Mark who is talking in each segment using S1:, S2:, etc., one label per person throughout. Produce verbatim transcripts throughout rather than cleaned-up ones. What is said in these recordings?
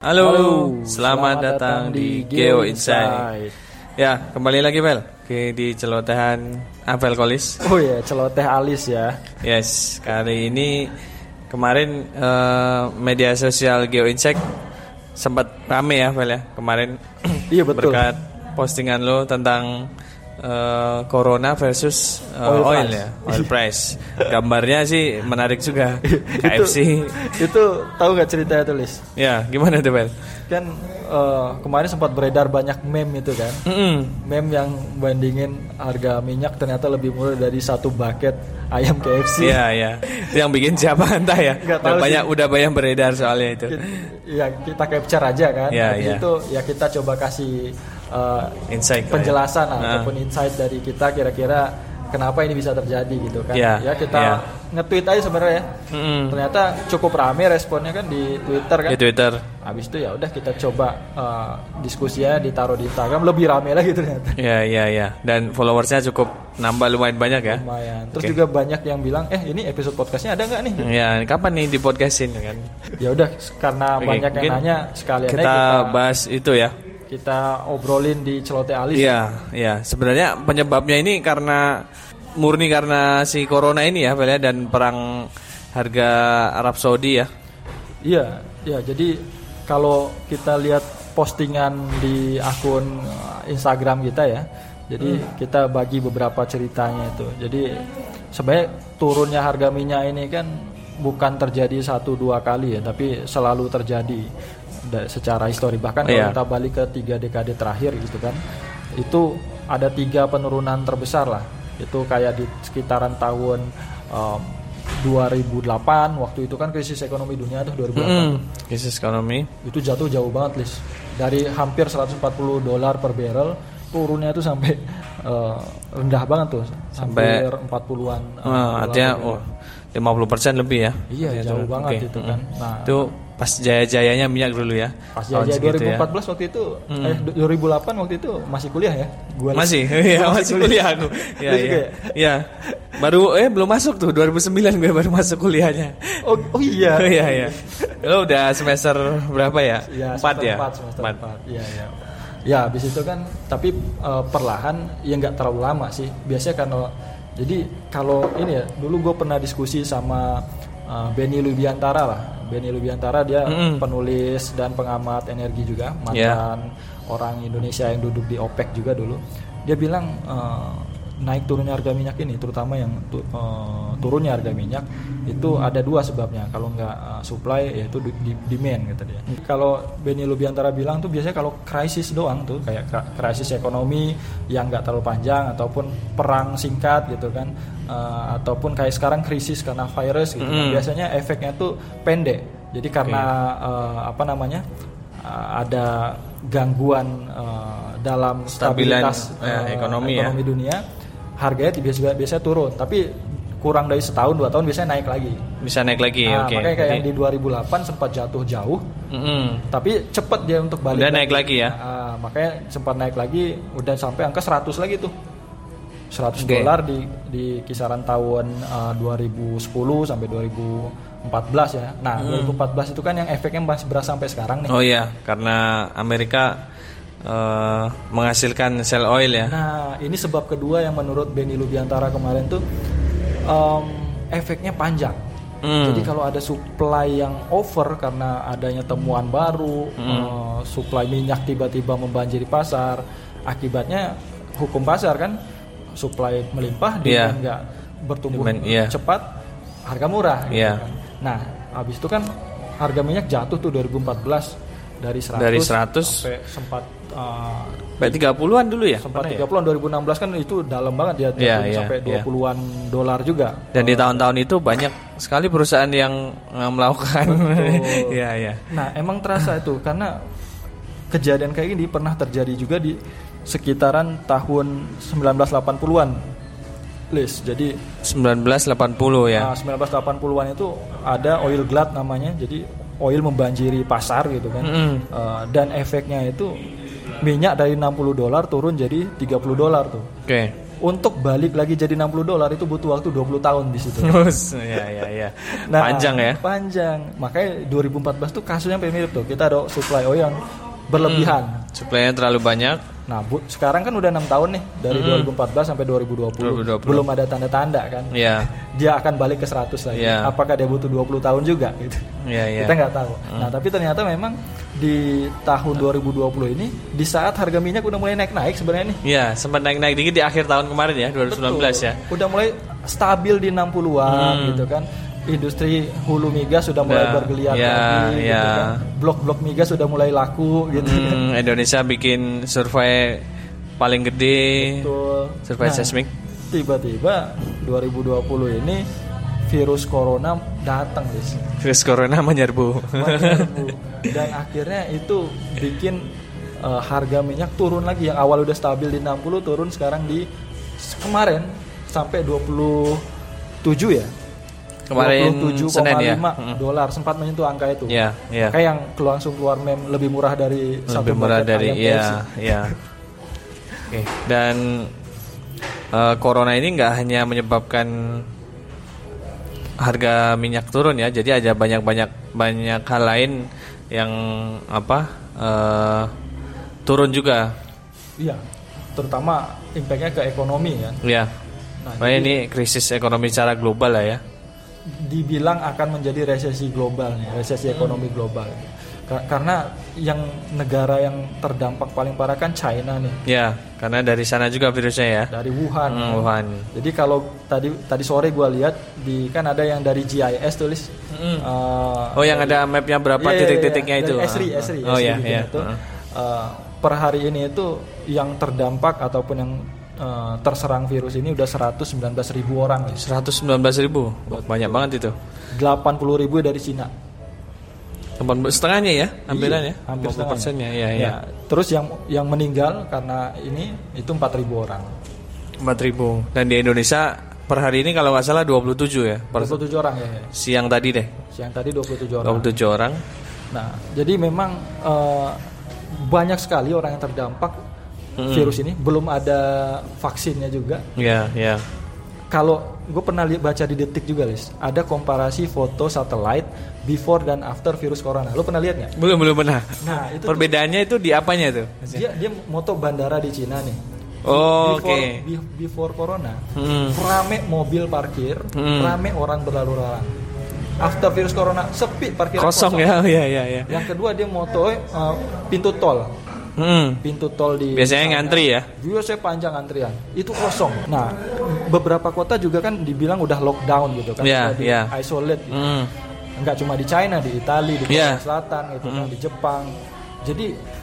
S1: Halo,
S2: Halo,
S1: selamat,
S2: selamat
S1: datang di Geo Insight. Ya, kembali lagi Bel, Oke, di celotehan Abel Kolis.
S2: Oh ya, celoteh alis ya.
S1: Yes, kali ini kemarin uh, media sosial Geo Insight sempat rame ya Bel ya kemarin.
S2: Iya betul.
S1: Berkat postingan lo tentang uh, Corona versus uh,
S2: oil,
S1: oil
S2: price.
S1: ya, oil price. Gambarnya sih menarik juga. K F C.
S2: itu, itu tahu nggak ceritanya tulis?
S1: Ya, gimana tuh Bel?
S2: Kan uh, kemarin sempat beredar banyak meme itu kan.
S1: Mm-mm.
S2: Meme yang bandingin harga minyak ternyata lebih murah dari satu bucket ayam K F C.
S1: Iya, iya. Itu yang bikin siapa entah ya.
S2: Nggak
S1: Udah
S2: tahu
S1: banyak
S2: sih.
S1: udah banyak beredar soalnya itu.
S2: Ya kita capture aja kan.
S1: Ya,
S2: Tapi
S1: ya.
S2: itu ya kita coba kasih uh,
S1: Insight
S2: penjelasan
S1: ya.
S2: lah,
S1: Nah.
S2: ataupun insight dari kita kira-kira kenapa ini bisa terjadi gitu kan.
S1: Ya,
S2: Ya kita
S1: ya.
S2: nge-tweet aja sebenarnya ya.
S1: Mm-mm.
S2: Ternyata cukup rame responnya kan di Twitter kan.
S1: Di Twitter.
S2: Habis itu ya udah kita coba uh, diskusinya ditaruh di Instagram, lebih rame lagi ternyata.
S1: Ya, ya, ya. Dan followersnya cukup nambah lumayan banyak ya.
S2: Lumayan. Terus
S1: Oke.
S2: juga banyak yang bilang, "Eh, ini episode podcastnya ada nggak nih?"
S1: Ya, kapan nih di podcastin kan?
S2: Ya udah, karena
S1: Oke,
S2: banyak yang
S1: mungkin
S2: nanya, sekalian
S1: Kita,
S2: aja kita
S1: bahas itu ya.
S2: kita obrolin di celoteh alis.
S1: Iya, iya. Sebenarnya penyebabnya ini karena murni karena si corona ini ya, Bel ya, dan perang harga Arab Saudi ya.
S2: Iya, ya. Jadi kalau kita lihat postingan di akun uh, Instagram kita ya, jadi
S1: Hmm.
S2: kita bagi beberapa ceritanya itu. Jadi sebenarnya turunnya harga minyak ini kan bukan terjadi satu dua kali ya, tapi selalu terjadi da- secara histori. Bahkan kalau
S1: Iya.
S2: kita balik ke tiga dekade terakhir gitu kan, itu ada tiga penurunan terbesar lah. Itu kayak di sekitaran tahun um, dua ribu delapan, waktu itu kan krisis ekonomi dunia tuh dua ribu delapan.
S1: Mm, krisis ekonomi.
S2: Itu jatuh jauh banget, Lis. Dari hampir seratus empat puluh dolar per barrel, turunnya itu sampai uh, rendah banget tuh,
S1: Sampai-
S2: hampir empat puluhan. uh,
S1: Uh,
S2: dolar
S1: artinya
S2: per barrel.
S1: oh, lima puluh persen lebih ya.
S2: Iya,
S1: Artinya
S2: jauh
S1: turun.
S2: banget
S1: Oke.
S2: itu kan.
S1: Mm.
S2: Nah,
S1: Itu pas jaya-jayanya minyak dulu ya.
S2: pas
S1: Tahun
S2: aja
S1: segitu
S2: dua ribu empat
S1: ya.
S2: belas waktu itu,
S1: Hmm.
S2: eh dua ribu delapan waktu itu masih kuliah ya? Gua
S1: Masih, iya masih kuliah aku. Iya,
S2: Lu juga
S1: iya.
S2: ya?
S1: Iya. Baru eh belum masuk tuh dua ribu sembilan gue baru masuk kuliahnya.
S2: Oh, oh iya.
S1: Iya, iya. Lo udah semester berapa ya?
S2: Ya,
S1: Empat
S2: semester
S1: ya?
S2: empat, semester
S1: Empat.
S2: empat. Iya, iya. Ya, habis itu kan, tapi eh, perlahan ya nggak terlalu lama sih. Biasanya karena jadi kalau ini ya, dulu gue pernah diskusi sama eh, Benny Lubiantara lah. Benny Lubiantara dia
S1: Mm-mm.
S2: penulis dan pengamat energi juga, mantan
S1: Yeah.
S2: orang Indonesia yang duduk di OPEC juga dulu. Dia bilang eh, naik turunnya harga minyak ini, terutama yang tu- eh, turunnya harga minyak itu ada dua sebabnya. Kalau nggak eh, supply, yaitu di, di- demand kata dia. Kalau Benny Lubiantara bilang tuh biasanya kalau krisis doang tuh, kayak kra- krisis ekonomi yang nggak terlalu panjang ataupun perang singkat gitu kan, eh, ataupun kayak sekarang krisis karena virus gitu kan,
S1: Mm.
S2: biasanya efeknya tuh pendek. Jadi karena eh, apa namanya eh, ada gangguan eh, dalam
S1: Stabilan,
S2: stabilitas
S1: eh,
S2: eh,
S1: ekonomi ya.
S2: ekonomi dunia, harganya biasanya biasanya turun, tapi kurang dari setahun dua tahun biasanya naik lagi.
S1: Bisa naik lagi.
S2: Nah,
S1: Oke.
S2: makanya kayak
S1: Jadi-
S2: yang di dua ribu delapan sempat jatuh jauh,
S1: Mm-mm.
S2: tapi cepet dia untuk balik.
S1: Udah naik lagi ya?
S2: Nah, makanya sempat naik lagi, udah sampai angka seratus lagi tuh. seratus
S1: Oke.
S2: dolar di di kisaran tahun eh, dua ribu sepuluh sampai dua ribu empat belas ya. Nah, dua ribu empat belas itu kan yang efeknya masih berasa sampai sekarang nih.
S1: Oh iya, karena Amerika eh, menghasilkan shale oil ya.
S2: Nah, ini sebab kedua yang menurut Benny Lubiantara kemarin tuh em, efeknya panjang.
S1: Hmm.
S2: Jadi kalau ada supply yang over karena adanya temuan baru,
S1: Hmm.
S2: eh, supply minyak tiba-tiba membanjiri pasar, akibatnya hukum pasar kan, supply melimpah,
S1: Iya.
S2: demand nggak bertumbuh
S1: Demand, iya.
S2: cepat, harga murah. gitu
S1: Iya.
S2: kan. Nah, habis itu kan harga minyak jatuh tuh dua ribu empat belas dari seratus,
S1: Dari seratus
S2: sampai sempat eh,
S1: Sampai tiga puluhan dulu ya.
S2: sempat
S1: pernah
S2: tiga
S1: ya?
S2: puluhan. Dua ribu enam belas kan itu dalam banget dia,
S1: Iya,
S2: turun
S1: iya,
S2: sampai
S1: iya.
S2: dua puluhan dolar juga.
S1: Dan di
S2: Eh,
S1: tahun-tahun itu banyak sekali perusahaan yang eh, melakukan.
S2: Betul.
S1: Iya, iya.
S2: Nah, emang terasa itu karena kejadian kayak gini pernah terjadi juga di sekitaran tahun sembilan belas delapan puluhan. Lis. Jadi
S1: sembilan belas delapan puluh ya.
S2: nah, sembilan belas delapan puluhan itu ada oil glut namanya. Jadi oil membanjiri pasar gitu kan.
S1: Mm-mm.
S2: Eh, dan efeknya itu minyak dari enam puluh dolar turun jadi tiga puluh dolar tuh.
S1: Oke.
S2: Untuk balik lagi jadi enam puluh dolar itu butuh waktu dua puluh tahun di situ.
S1: Terus ya ya ya ya. Nah, panjang ya.
S2: Panjang. Makanya dua ribu empat belas tuh kasusnya sampai mirip tuh. Kita ada supply oil yang berlebihan. Hmm,
S1: supply-nya terlalu banyak.
S2: Nah, bu, sekarang kan udah enam tahun nih dari hmm. dua ribu empat belas sampai dua ribu dua puluh. dua ribu dua puluh. Belum ada tanda-tanda kan.
S1: Iya.
S2: Dia akan balik ke seratus lagi.
S1: Yeah.
S2: Apakah dia butuh dua puluh tahun juga gitu.
S1: Iya, iya.
S2: Kita nggak tahu. Hmm. Nah, tapi ternyata memang di tahun dua ribu dua puluh ini di saat harga minyak udah mulai naik-naik sebenarnya nih.
S1: Iya, sempat naik-naik dikit di akhir tahun kemarin ya, dua ribu sembilan belas. Betul. Ya.
S2: Udah mulai stabil di enam puluhan hmm. gitu kan. Industri hulu migas sudah mulai nah, bergeliat
S1: ya,
S2: lagi
S1: ya.
S2: gitu kan. Blok-blok migas sudah mulai laku gitu
S1: hmm,
S2: kan.
S1: Indonesia bikin survei paling gede. Betul. Survei nah, seismik.
S2: Tiba-tiba dua ribu dua puluh ini virus corona datang, guys.
S1: Virus corona menyerbu.
S2: menyerbu. Dan akhirnya itu bikin uh, harga minyak turun lagi, yang awal udah stabil di enam puluh turun sekarang di kemarin sampai dua puluh tujuh ya.
S1: Kemarin
S2: dua puluh tujuh koma lima ya? dolar sempat menyentuh angka itu.
S1: Iya, iya.
S2: Kayak yang langsung keluar meme lebih murah dari
S1: lebih
S2: satu
S1: murah dari iya, iya. Oke. Dan uh, corona ini nggak hanya menyebabkan harga minyak turun ya, jadi ada banyak-banyak banyak hal lain yang apa uh, turun juga.
S2: Iya, terutama impactnya ke ekonomi kan.
S1: Iya. Nah, ini krisis ekonomi secara global lah ya.
S2: Dibilang akan menjadi resesi global nih, resesi ekonomi global. Karena yang negara yang terdampak paling parah kan China nih.
S1: Ya, karena dari sana juga virusnya ya.
S2: Dari Wuhan.
S1: Hmm, Wuhan.
S2: Jadi kalau tadi tadi sore gue lihat di kan ada yang dari G I S tulis.
S1: Hmm. Uh, oh, yang ada mapnya berapa yeah, titik-titiknya
S2: yeah,
S1: itu?
S2: Esri, Esri,
S1: oh
S2: Esri
S1: ya, ya.
S2: Itu, uh, per hari ini itu yang terdampak ataupun yang Uh, terserang virus ini udah seratus sembilan belas ribu orang.
S1: seratus sembilan belas ribu, banyak banget itu.
S2: delapan puluh ribu dari Cina.
S1: Setengahnya ya, hampiran
S2: iya,
S1: ya,
S2: hampir
S1: setengahnya. Ya, ya.
S2: Ya. Terus yang yang meninggal karena ini itu empat ribu orang.
S1: empat ribu. Dan di Indonesia per hari ini kalau nggak salah dua puluh tujuh ya. Per
S2: dua puluh tujuh orang ya, ya.
S1: Siang tadi deh.
S2: Siang tadi dua puluh tujuh orang.
S1: dua puluh tujuh orang.
S2: Nah, jadi memang uh, banyak sekali orang yang terdampak Hmm. virus ini, belum ada vaksinnya juga.
S1: Iya, yeah, iya. Yeah.
S2: Kalau gue pernah li- baca di Detik juga, Lis, ada komparasi foto satelit before dan after virus corona. Lo pernah lihat nggak?
S1: Belum, belum pernah.
S2: Nah, itu
S1: perbedaannya tuh, itu di apanya tuh?
S2: Dia dia moto bandara di Cina nih.
S1: Oh,
S2: oke.
S1: Okay.
S2: Before, before corona,
S1: hmm.
S2: rame mobil parkir, hmm. rame orang berlalu lalang. After virus corona, sepi parkiran
S1: kosong. Kosong ya, ya, ya.
S2: Yang kedua dia moto uh, pintu tol.
S1: Hmm.
S2: Pintu tol di
S1: biasanya ngantri ya.
S2: Biasanya panjang antrian. Itu kosong. Nah, beberapa kota juga kan dibilang udah lockdown gitu kan,
S1: yeah,
S2: di
S1: yeah.
S2: isolate. Gitu.
S1: Mm.
S2: Enggak cuma di China, di Italia, di Korea
S1: yeah.
S2: Selatan gitu
S1: mm.
S2: kan, di Jepang. Jadi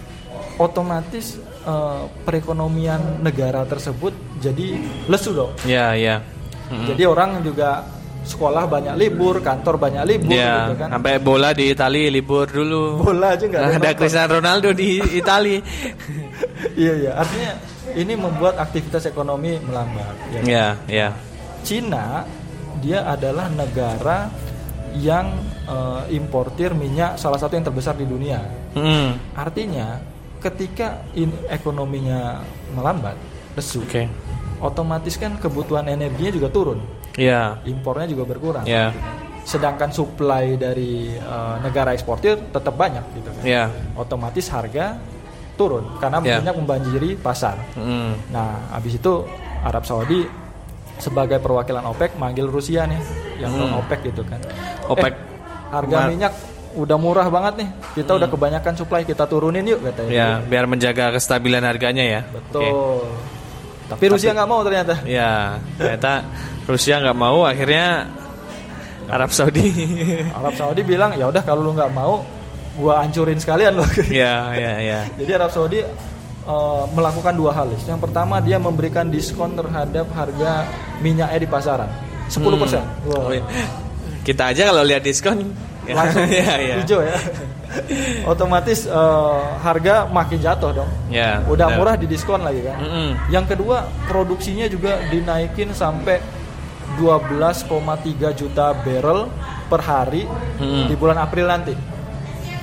S2: otomatis uh, perekonomian negara tersebut jadi lesu dong.
S1: Iya, yeah, iya. Yeah.
S2: Mm. Jadi orang juga sekolah banyak libur, kantor banyak libur
S1: ya,
S2: gitu kan.
S1: Sampai bola di Italia libur dulu.
S2: Bola aja enggak ada.
S1: Ada Cristiano Ronaldo di Italia.
S2: Iya, iya. Artinya ini membuat aktivitas ekonomi melambat.
S1: Iya, ya, ya.
S2: Cina dia adalah negara yang uh, importir minyak salah satu yang terbesar di dunia. Hmm. Artinya ketika in, ekonominya melambat, lesu.
S1: Okay.
S2: Otomatis kan kebutuhan energinya juga turun.
S1: Yeah.
S2: Impornya juga berkurang.
S1: Yeah.
S2: Sedangkan supply dari uh, negara eksportir tetap banyak gitu kan.
S1: Yeah.
S2: Otomatis harga turun karena
S1: yeah.
S2: minyak membanjiri pasar. Mm. Nah, habis itu Arab Saudi sebagai perwakilan OPEC manggil Rusia nih yang non mm. OPEC gitu kan.
S1: OPEC
S2: eh, harga Mar- minyak udah murah banget nih. Kita mm. udah kebanyakan supply, kita turunin yuk katanya.
S1: Ya, biar menjaga kestabilan harganya ya.
S2: Betul. Okay. Tapi Rusia nggak mau ternyata.
S1: Ya, ternyata Rusia nggak mau, akhirnya Arab Saudi.
S2: Arab Saudi bilang ya udah kalau lu nggak mau, gua hancurin sekalian loh.
S1: Ya, ya, ya.
S2: Jadi Arab Saudi uh, melakukan dua hal. Yang pertama dia memberikan diskon terhadap harga minyaknya di pasaran sepuluh persen. Hmm. Wow.
S1: Kita aja kalau lihat diskon
S2: langsung ya, ya. hijau ya. Otomatis uh, harga makin jatuh dong.
S1: Ya,
S2: udah
S1: benar.
S2: Murah didiskon lagi kan. Mm-hmm. Yang kedua produksinya juga dinaikin sampai dua belas koma tiga juta barrel per hari mm-hmm. di bulan April nanti.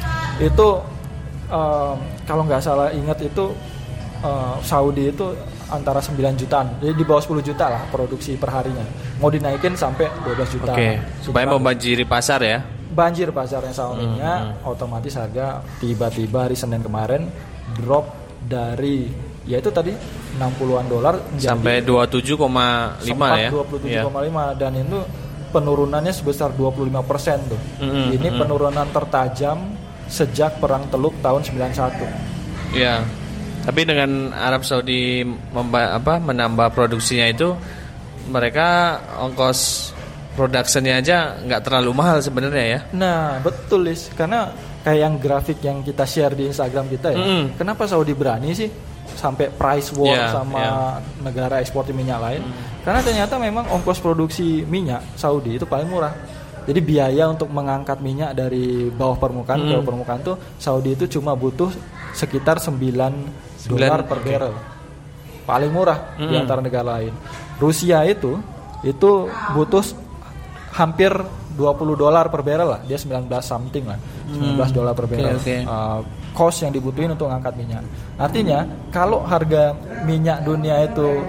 S2: Itu uh, kalau nggak salah ingat itu uh, Saudi itu antara sembilan jutaan, jadi di bawah sepuluh juta lah produksi perharinya. Mau dinaikin sampai dua belas juta.
S1: Oke, supaya membanjiri pasar ya.
S2: Banjir pasarnya sama minyak,
S1: hmm, hmm.
S2: otomatis harga tiba-tiba hari Senin kemarin drop dari ya itu tadi enam puluhan dolar
S1: sampai dua puluh tujuh koma lima ya.
S2: dua puluh tujuh koma lima ya. Dan itu penurunannya sebesar dua puluh lima persen tuh. Hmm, Ini hmm. penurunan tertajam sejak perang Teluk tahun sembilan puluh satu.
S1: Iya. Tapi dengan Arab Saudi memba- apa menambah produksinya itu, mereka ongkos produksinya aja nggak terlalu mahal sebenarnya ya.
S2: Nah betul Lis, karena kayak yang grafik yang kita share di Instagram kita ya, mm. kenapa Saudi berani sih sampai price war yeah, sama yeah. negara ekspor minyak lain? Mm. Karena ternyata memang ongkos produksi minyak Saudi itu paling murah. Jadi biaya untuk mengangkat minyak dari bawah permukaan mm. ke permukaan tuh Saudi itu cuma butuh sekitar sembilan dolar per barrel. Paling murah mm. di antara negara lain. Rusia itu itu butuh hampir dua puluh dolar per barrel lah. Dia sembilan belas something lah. sembilan belas dolar per barrel. Okay, okay. Uh, cost yang dibutuhin untuk ngangkat minyak. Artinya kalau harga minyak dunia itu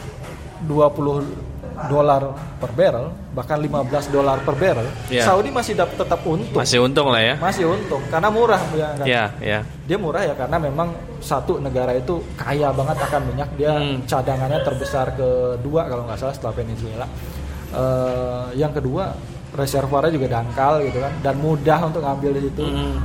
S2: dua puluh dolar per barrel, bahkan lima belas dolar per barrel, yeah. Saudi masih dapat tetap untung.
S1: Masih untung lah ya.
S2: Masih untung karena murah ya kan.
S1: Yeah, yeah. Dia
S2: murah ya karena memang satu negara itu kaya banget akan minyak. Dia hmm. cadangannya terbesar kedua kalau nggak salah setelah Venezuela. Uh, yang kedua reservoirnya juga dangkal gitu kan dan mudah untuk ngambil di situ. Hmm.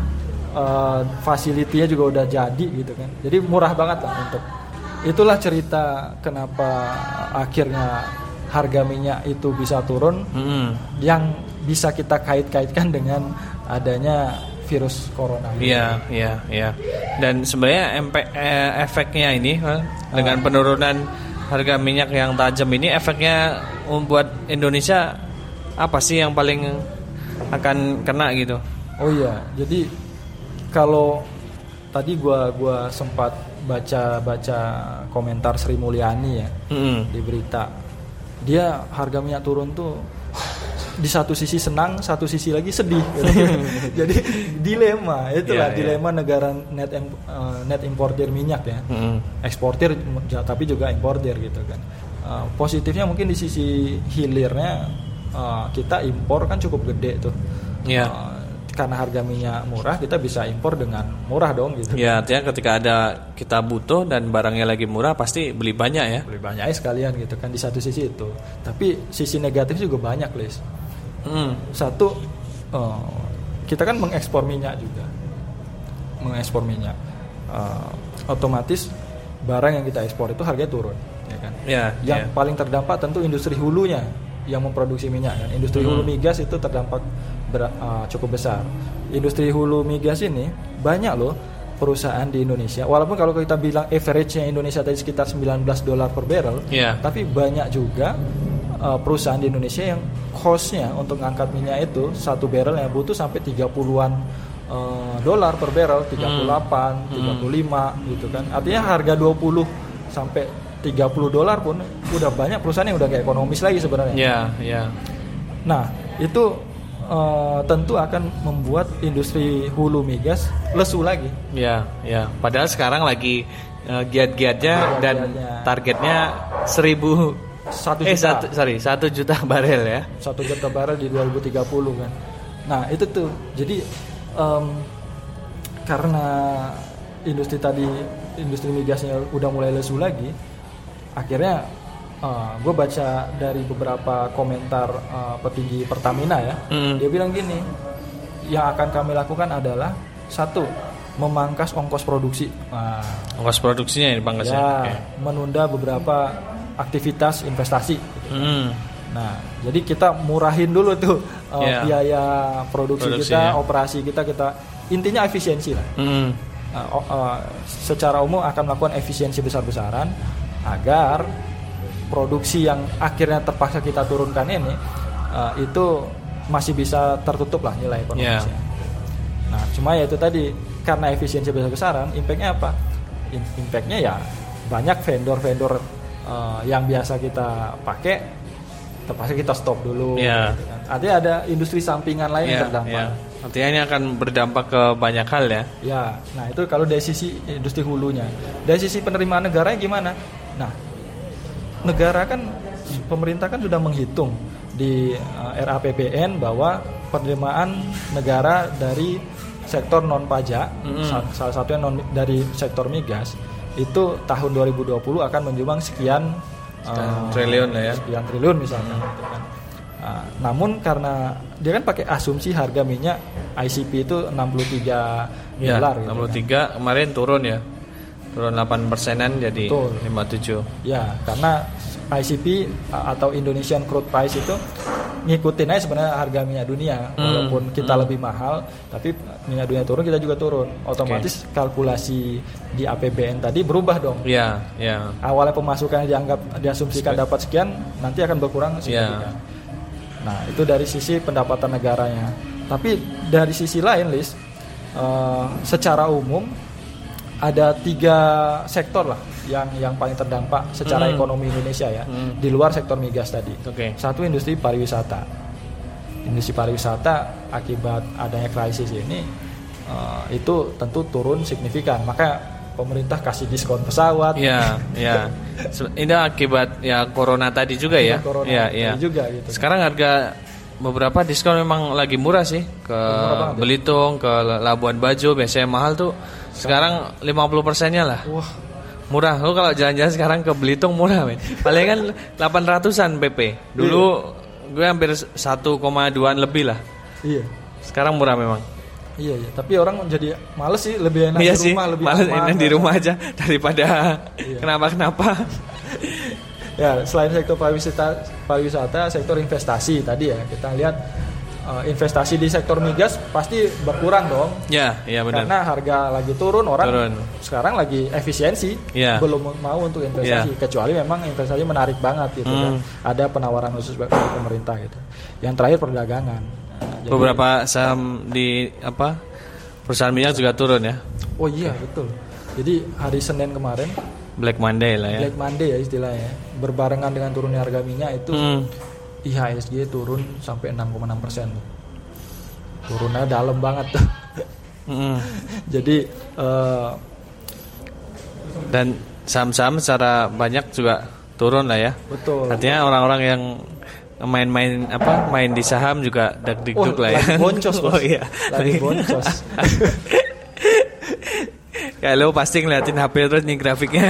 S2: Uh, fasilitinya juga udah jadi gitu kan. Jadi murah banget lah untuk. Itulah cerita kenapa akhirnya harga minyak itu bisa turun, mm-hmm. yang bisa kita kait-kaitkan dengan adanya virus corona.
S1: Iya, iya, iya. Dan sebenarnya empe- eh, efeknya ini eh, dengan penurunan harga minyak yang tajam ini, efeknya membuat Indonesia apa sih yang paling akan kena gitu?
S2: Oh iya, jadi kalau tadi gua gua sempat baca-baca komentar Sri Mulyani ya mm-hmm. di berita. Dia harga minyak turun tuh di satu sisi senang, satu sisi lagi sedih. Jadi dilema, itulah yeah, dilema yeah. negara net uh, net importir minyak ya, mm-hmm. eksportir tapi juga importir gitu kan. Uh, positifnya mungkin di sisi hilirnya uh, kita impor kan cukup gede tuh. Yeah. Uh, karena harga minyak murah kita bisa impor dengan murah dong gitu.
S1: Ya, artinya ketika ada kita butuh dan barangnya lagi murah pasti beli banyak ya.
S2: Beli banyak sekalian gitu kan di satu sisi itu. Tapi sisi negatif juga banyak, Lis. Hmm. Satu uh, kita kan mengekspor minyak juga. Mengekspor minyak. Uh, otomatis barang yang kita ekspor itu harganya turun, ya kan?
S1: Ya,
S2: yang
S1: ya.
S2: paling terdampak tentu industri hulunya yang memproduksi minyak kan. Industri hmm. hulu migas itu terdampak ber, uh, cukup besar. Industri hulu migas ini banyak loh perusahaan di Indonesia. Walaupun kalau kita bilang average-nya Indonesia tadi sekitar sembilan belas dolar per barrel, yeah. tapi banyak juga uh, perusahaan di Indonesia yang cost-nya untuk ngangkat minyak itu satu barrel yang butuh sampai tiga puluhan uh, dolar per barrel, tiga puluh delapan, hmm. tiga puluh lima gitu kan. Artinya harga dua puluh sampai tiga puluh dolar pun udah banyak perusahaan yang udah gak ekonomis lagi sebenarnya.
S1: Iya, yeah, iya. Yeah.
S2: Nah, itu uh, tentu akan membuat industri hulu migas lesu lagi.
S1: Iya, yeah, iya. Yeah. Padahal sekarang lagi uh, giat-giatnya dan targetnya seribu satu juta. Eh, satu, sorry, satu juta barel ya.
S2: Satu juta barel di dua ribu tiga puluh kan. Nah, itu tuh. Jadi um, karena industri tadi industri migasnya udah mulai lesu lagi, akhirnya uh, gue baca dari beberapa komentar uh, petinggi Pertamina ya, mm. dia bilang gini, yang akan kami lakukan adalah satu, memangkas ongkos produksi. Nah,
S1: ongkos produksinya yang dipangkas
S2: ya,
S1: ya? Okay.
S2: Menunda beberapa aktivitas investasi. Mm. Nah, jadi kita murahin dulu tuh uh, yeah. biaya produksi, produksi kita, ya. Operasi kita, kita intinya efisiensi lah. Mm. Uh, uh, secara umum akan melakukan efisiensi besar-besaran agar produksi yang akhirnya terpaksa kita turunkan ini uh, itu masih bisa tertutup lah nilai ekonomisnya. Yeah. Nah, cuma ya itu tadi karena efisiensi besar-besaran, impactnya apa? Impactnya ya banyak vendor-vendor uh, yang biasa kita pakai terpaksa kita stop dulu.
S1: Yeah.
S2: Gitu kan. Artinya ada industri sampingan lain yeah, yang terdampak. Yeah.
S1: Artinya ini akan berdampak ke banyak hal ya.
S2: Ya, nah itu kalau dari sisi industri hulunya. Dari sisi penerimaan negaranya gimana? Nah, negara kan, pemerintah kan sudah menghitung di uh, R A P B N bahwa penerimaan negara dari sektor non pajak, mm-hmm. salah satunya non dari sektor migas itu tahun dua ribu dua puluh akan menjumbang sekian,
S1: sekian
S2: uh,
S1: triliun lah ya,
S2: sekian triliun misalnya. Mm-hmm. Gitu kan. Uh, namun karena dia kan pakai asumsi harga minyak I C P itu enam puluh tiga
S1: ya,
S2: dolar.
S1: enam puluh tiga gitu kan. Kemarin turun ya, turun delapan persenan jadi Betul. lima puluh tujuh.
S2: Ya, karena I C P atau Indonesian Crude Price itu ngikutin aja sebenarnya harga minyak dunia, hmm. walaupun kita hmm. lebih mahal, tapi minyak dunia turun kita juga turun. Otomatis okay. kalkulasi di A P B N tadi berubah dong.
S1: Iya, yeah, iya. Yeah.
S2: Awalnya pemasukan dianggap diasumsikan Spe- dapat sekian, nanti akan berkurang signifikan. Yeah. Nah, itu dari sisi pendapatan negaranya. Tapi dari sisi lain, Lis, uh, secara umum ada tiga sektor lah yang yang paling terdampak secara mm. ekonomi Indonesia ya, mm. di luar sektor migas tadi.
S1: Okay.
S2: Satu, industri pariwisata. Industri pariwisata akibat adanya krisis ini uh, itu tentu turun signifikan. Maka pemerintah kasih diskon pesawat.
S1: Iya, iya. Ini akibat ya corona tadi juga ya.
S2: Corona
S1: ya,
S2: tadi
S1: ya.
S2: juga gitu.
S1: Sekarang harga beberapa diskon memang lagi murah sih, ke Belitung, ke Labuan Bajo biasanya mahal tuh. Sekarang lima puluh persennya lah.
S2: Wah,
S1: murah. Lu kalau jalan-jalan sekarang ke Belitung murah, men. Paling kan delapan ratusan P P. Dulu iya. gue hampir satu koma dua lebih lah.
S2: Iya.
S1: Sekarang murah memang.
S2: Iya, iya. Tapi orang jadi males sih, lebih enak
S1: iya
S2: di rumah,
S1: sih,
S2: lebih
S1: males
S2: aman,
S1: enak di rumah aja daripada
S2: iya.
S1: kenapa-kenapa.
S2: Ya, selain sektor pariwisata, pariwisata, sektor investasi tadi ya, kita lihat uh, investasi di sektor migas pasti berkurang dong.
S1: Ya, iya benar.
S2: Karena harga lagi turun, orang
S1: turun.
S2: Sekarang lagi efisiensi,
S1: ya.
S2: belum mau untuk investasi. Ya. Kecuali memang investasi menarik banget gitu hmm. kan. Ada penawaran khusus dari pemerintah gitu. Yang terakhir perdagangan. Nah, jadi,
S1: beberapa saham di apa perusahaan minyak juga turun ya.
S2: Oh iya betul. Jadi hari Senin kemarin
S1: Black Monday lah ya.
S2: Black Monday ya istilahnya. Berbarengan dengan turunnya harga minyak itu hmm. I H S G turun sampai enam koma enam persen. Turunnya dalam banget tuh. Hmm. Jadi uh,
S1: dan saham-saham secara banyak juga turun lah ya.
S2: Betul.
S1: Artinya orang-orang yang main-main apa main di saham juga dak-dikduk oh, lah ya.
S2: Lagi boncos.
S1: Oh iya.
S2: Lagi boncos.
S1: Kayak lo pasti ngeliatin H P terus nih grafiknya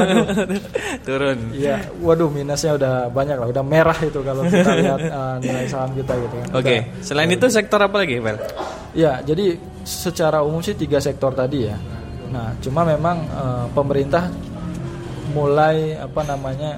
S1: turun.
S2: Iya, waduh minusnya udah banyak lah, udah merah itu kalau kita lihat uh, nilai saham kita gitu kan.
S1: Oke, okay. Selain uh, itu sektor apa lagi, Vel?
S2: Iya, jadi secara umum sih tiga sektor tadi ya. Nah, cuma memang uh, pemerintah mulai apa namanya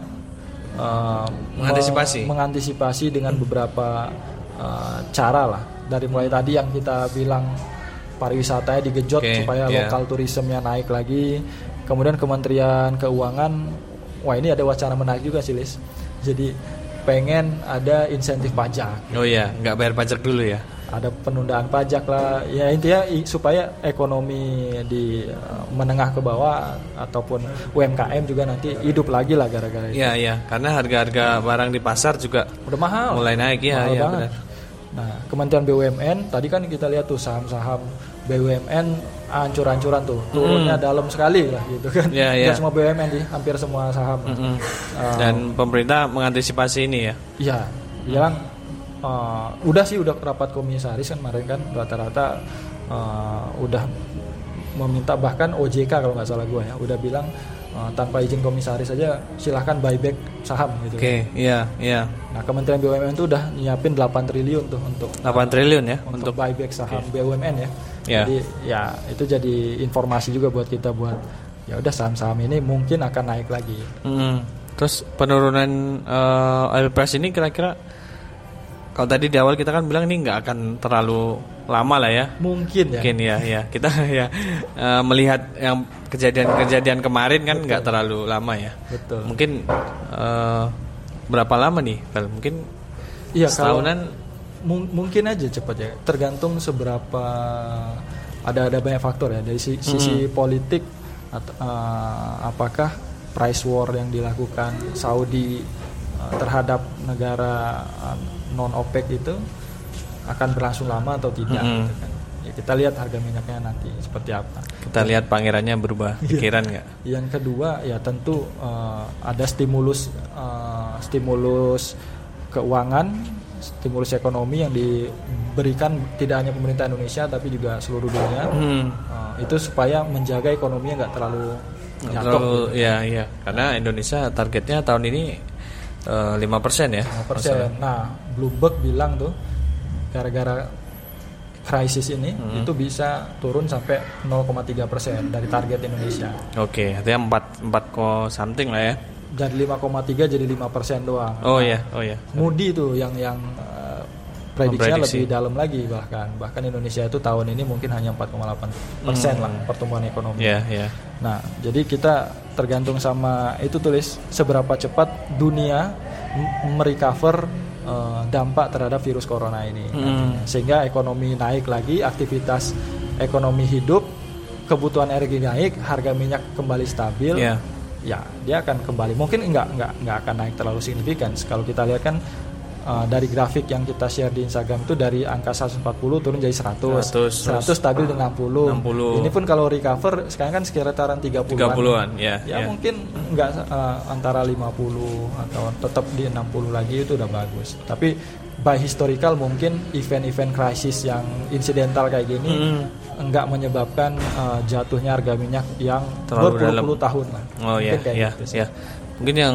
S2: uh,
S1: mengantisipasi,
S2: mengantisipasi dengan beberapa uh, cara lah. Dari mulai tadi yang kita bilang pariwisatanya digejot okay, supaya yeah. lokal turismenya naik lagi. Kemudian Kementerian Keuangan, wah ini ada wacana menarik juga sih, Lis. Jadi pengen ada insentif pajak.
S1: Oh iya, nggak bayar pajak dulu ya?
S2: Ada penundaan pajak lah. Ya intinya supaya ekonomi di uh, menengah ke bawah ataupun U M K M juga nanti hidup lagi lah gara-gara itu.
S1: Iya iya, karena harga-harga barang di pasar juga
S2: udah mahal.
S1: Mulai naik ya,
S2: mahal
S1: ya
S2: banget. Benar. Nah, Kementerian B U M N tadi kan kita lihat tuh saham-saham B U M N ancur-ancuran tuh, turunnya hmm. dalam sekali lah gitu kan.
S1: Ya, ya.
S2: Nggak semua B U M N sih, hampir semua saham.
S1: Mm-hmm. Uh, Dan pemerintah mengantisipasi ini ya.
S2: Iya, bilang uh, udah sih udah rapat komisaris kan kemarin kan rata-rata uh, udah meminta, bahkan O J K kalau nggak salah gue ya, udah bilang uh, tanpa izin komisaris saja silahkan buyback saham gitu.
S1: Oke, okay, iya, iya.
S2: Nah, Kementerian B U M N itu udah nyiapin delapan triliun tuh untuk
S1: delapan triliun ya
S2: untuk, untuk buyback saham okay. B U M N ya.
S1: Yeah.
S2: Jadi ya itu jadi informasi juga buat kita buat ya udah saham-saham ini mungkin akan naik lagi.
S1: Mm-hmm. Terus penurunan uh, oil price ini kira-kira kalau tadi di awal kita kan bilang ini nggak akan terlalu lama lah ya.
S2: Mungkin ya.
S1: Mungkin ya, ya. Kita ya uh, melihat yang kejadian-kejadian kemarin kan nggak terlalu lama ya.
S2: Betul.
S1: Mungkin uh, berapa lama nih? Mungkin
S2: ya,
S1: setahunan.
S2: Mung- mungkin aja cepat ya. Tergantung seberapa ada ada banyak faktor ya dari si- sisi mm-hmm. politik atau uh, apakah price war yang dilakukan Saudi uh, terhadap negara uh, non OPEC itu akan berlangsung lama atau tidak. Mm-hmm. Gitu kan. Ya, kita lihat harga minyaknya nanti seperti apa.
S1: Kita lihat pangerannya berubah pikiran nggak?
S2: Yang kedua ya tentu uh, ada stimulus uh, stimulus keuangan, stimulus ekonomi yang diberikan tidak hanya pemerintah Indonesia tapi juga seluruh dunia. Hmm. Uh, itu supaya menjaga ekonominya nggak terlalu jatuh. Terlalu,
S1: ya, ya. Karena Indonesia targetnya tahun ini uh, lima persen ya.
S2: lima persen. Nah, Bloomberg bilang tuh gara-gara krisis ini hmm. itu bisa turun sampai nol koma tiga persen dari target Indonesia.
S1: Oke, okay, artinya empat empat something lah ya.
S2: Dari lima koma tiga jadi lima persen doang.
S1: Oh iya, oh iya.
S2: Moody tuh yang yang uh, prediksinya lebih dalam lagi bahkan. Bahkan Indonesia itu tahun ini mungkin hanya empat koma delapan persen hmm. lah pertumbuhan ekonomi.
S1: Iya, yeah, iya. Yeah.
S2: Nah, jadi kita tergantung sama itu tulis seberapa cepat dunia merecover Uh, dampak terhadap virus corona ini, hmm. sehingga ekonomi naik lagi, aktivitas ekonomi hidup, kebutuhan energi naik, harga minyak kembali stabil, yeah. ya dia akan kembali. Mungkin enggak enggak enggak akan naik terlalu signifikan. Kalau kita lihat kan uh, dari grafik yang kita share di Instagram itu dari angka seratus empat puluh turun jadi seratus, seratus, seratus stabil di enam puluh.
S1: enam puluh.
S2: Ini pun kalau recover sekarang kan sekitaran tiga puluhan.
S1: tiga puluhan, ya.
S2: Ya,
S1: ya.
S2: Mungkin enggak uh, antara lima puluh atau tetap di enam puluh lagi itu udah bagus. Tapi by historical mungkin event-event krisis yang insidental kayak gini hmm. enggak menyebabkan uh, jatuhnya harga minyak yang berpuluh-puluh tahun lah.
S1: Oh iya, iya, gitu ya. Mungkin yang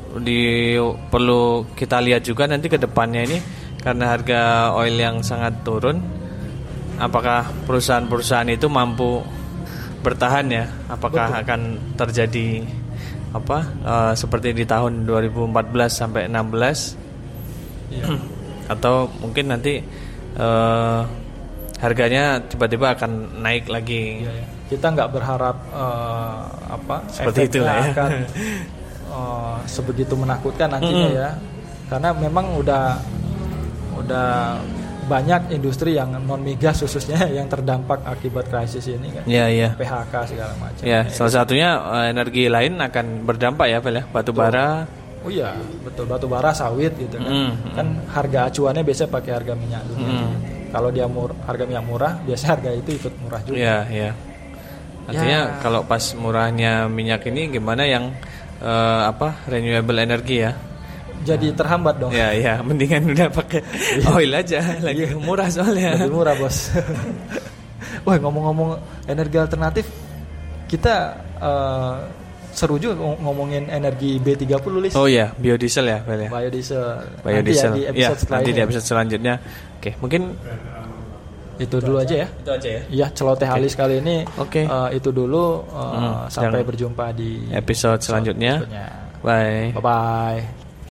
S1: di perlu kita lihat juga nanti ke depannya ini karena harga oil yang sangat turun, apakah perusahaan-perusahaan itu mampu bertahan ya? Apakah Betul. akan terjadi apa uh, seperti di tahun dua ribu empat belas sampai enam belas? Ya. Atau mungkin nanti uh, harganya tiba-tiba akan naik lagi?
S2: Ya, ya. Kita nggak berharap uh, apa
S1: seperti itu lah ya.
S2: Akan Uh, sebegitu menakutkan nantinya mm. ya, karena memang udah udah banyak industri yang non migas khususnya yang terdampak akibat krisis ini kan,
S1: yeah, yeah.
S2: P H K segala macam.
S1: Ya, yeah, salah satunya uh, energi lain akan berdampak ya, Pak ya, batu betul. bara.
S2: Oh iya, betul, batu bara, sawit gitu kan, mm. kan harga acuannya biasanya pakai harga minyak dunia. Mm. Kalau dia mur, harga minyak murah, biasanya harga itu ikut murah juga.
S1: Iya, yeah, iya. Yeah. Artinya yeah. kalau pas murahnya minyak ini gimana yang Uh, apa renewable energy ya,
S2: jadi terhambat dong.
S1: Ya ya, mendingan udah pakai oil aja, lagi murah soalnya.
S2: Lebih murah bos. Wah, ngomong-ngomong energi alternatif, kita uh, seru juga ngomongin energi B tiga puluh Lis.
S1: Oh iya, biodiesel ya, Bel ya.
S2: Biodiesel.
S1: Biodiesel.
S2: Nanti ya, di episode
S1: ya, nanti di episode selanjutnya. Oke, mungkin
S2: itu dulu aja ya.
S1: Itu aja ya.
S2: Iya, celoteh okay. alis kali ini.
S1: Oke. Okay.
S2: Uh, itu dulu uh, hmm, sampai berjumpa di
S1: episode selanjutnya.
S2: selanjutnya.
S1: Bye.
S2: Bye bye.